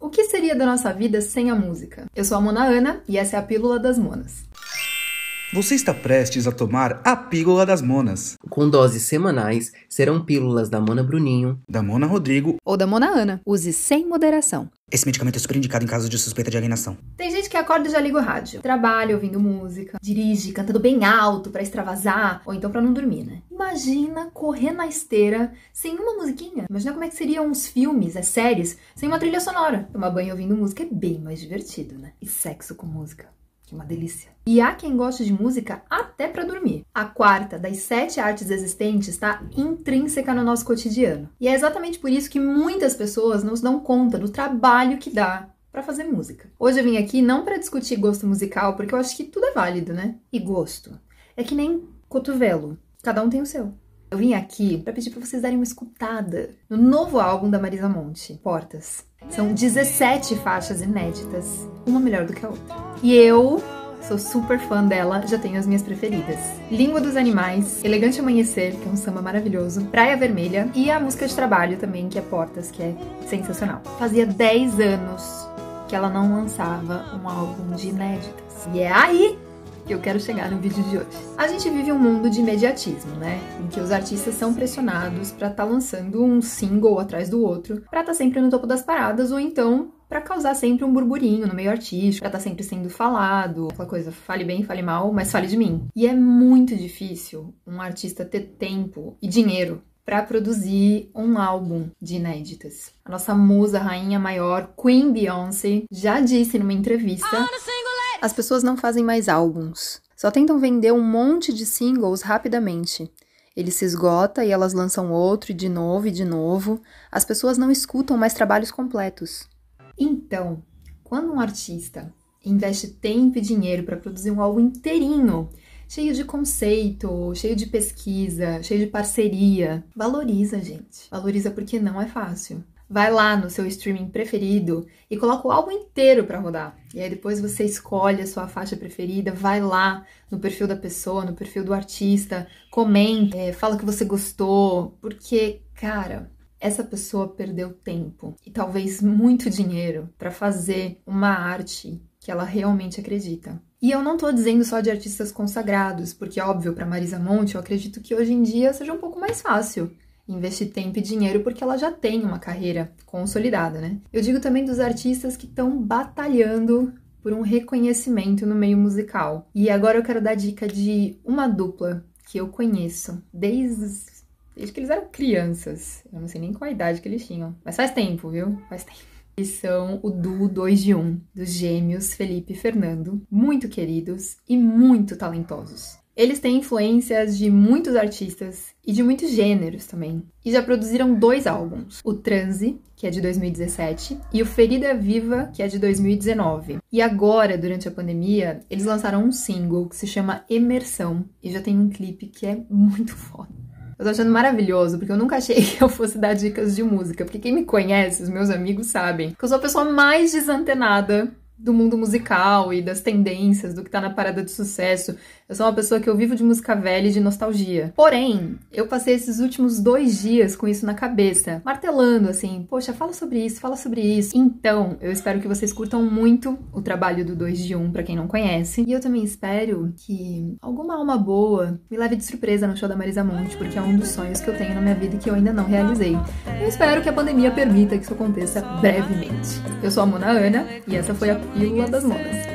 O que seria da nossa vida sem a música? Eu sou a Mona Ana e essa é a Pílula das Monas. Você está prestes a tomar a Pílula das Monas. Com doses semanais, serão pílulas da Mona Bruninho, da Mona Rodrigo ou da Mona Ana. Use sem moderação. Esse medicamento é super indicado em casos de suspeita de alienação. Tem gente que acorda e já liga o rádio. Trabalha ouvindo música, dirige cantando bem alto pra extravasar, ou então pra não dormir, né? Imagina correr na esteira sem uma musiquinha. Imagina como é que seriam uns filmes, séries, sem uma trilha sonora. Tomar banho ouvindo música é bem mais divertido, né? E sexo com música. Que é uma delícia. E há quem goste de música até pra dormir. A quarta das 7 artes existentes está intrínseca no nosso cotidiano. E é exatamente por isso que muitas pessoas não se dão conta do trabalho que dá pra fazer música. Hoje eu vim aqui não pra discutir gosto musical, porque eu acho que tudo é válido, né? E gosto é que nem cotovelo. Cada um tem o seu. Eu vim aqui pra pedir pra vocês darem uma escutada no novo álbum da Marisa Monte, Portas. São 17 faixas inéditas, uma melhor do que a outra. E eu sou super fã dela, já tenho as minhas preferidas. Língua dos Animais, Elegante Amanhecer, que é um samba maravilhoso, Praia Vermelha e a música de trabalho também, que é Portas, que é sensacional. Fazia 10 anos que ela não lançava um álbum de inéditas. E é aí que eu quero chegar no vídeo de hoje. A gente vive um mundo de imediatismo, né? Em que os artistas são pressionados pra estar lançando um single atrás do outro, pra estar sempre no topo das paradas, ou então pra causar sempre um burburinho no meio artístico, pra estar sempre sendo falado, aquela coisa, fale bem, fale mal, mas fale de mim. E é muito difícil um artista ter tempo e dinheiro pra produzir um álbum de inéditas. A nossa musa, rainha maior, Queen Beyoncé, já disse numa entrevista: as pessoas não fazem mais álbuns, só tentam vender um monte de singles rapidamente. Ele se esgota e elas lançam outro e de novo. As pessoas não escutam mais trabalhos completos. Então, quando um artista investe tempo e dinheiro para produzir um álbum inteirinho, cheio de conceito, cheio de pesquisa, cheio de parceria, valoriza, gente. Valoriza porque não é fácil. Vai lá no seu streaming preferido e coloca o álbum inteiro pra rodar. E aí depois você escolhe a sua faixa preferida, vai lá no perfil da pessoa, no perfil do artista, comenta, fala que você gostou, porque, cara, essa pessoa perdeu tempo e talvez muito dinheiro pra fazer uma arte que ela realmente acredita. E eu não tô dizendo só de artistas consagrados, porque, óbvio, pra Marisa Monte, eu acredito que hoje em dia seja um pouco mais fácil investir tempo e dinheiro porque ela já tem uma carreira consolidada, né? Eu digo também dos artistas que estão batalhando por um reconhecimento no meio musical. E agora eu quero dar dica de uma dupla que eu conheço desde que eles eram crianças. Eu não sei nem qual a idade que eles tinham, mas faz tempo, viu? Faz tempo. Eles são o duo 2 de 1, dos gêmeos Felipe e Fernando, muito queridos e muito talentosos. Eles têm influências de muitos artistas e de muitos gêneros também. E já produziram 2 álbuns. O Transe, que é de 2017, e o Ferida Viva, que é de 2019. E agora, durante a pandemia, eles lançaram um single que se chama Emersão. E já tem um clipe que é muito foda. Eu tô achando maravilhoso, porque eu nunca achei que eu fosse dar dicas de música. Porque quem me conhece, os meus amigos sabem que eu sou a pessoa mais desantenada do mundo musical e das tendências, do que tá na parada de sucesso. Eu sou uma pessoa que eu vivo de música velha e de nostalgia. Porém, eu passei esses últimos 2 dias com isso na cabeça, martelando assim, poxa, fala sobre isso, fala sobre isso. Então, eu espero que vocês curtam muito o trabalho do 2 de 1, pra quem não conhece. E eu também espero que alguma alma boa me leve de surpresa no show da Marisa Monte, porque é um dos sonhos que eu tenho na minha vida e que eu ainda não realizei. Eu espero que a pandemia permita que isso aconteça brevemente. Eu sou a Mona Ana e essa foi a Pílula das Monas.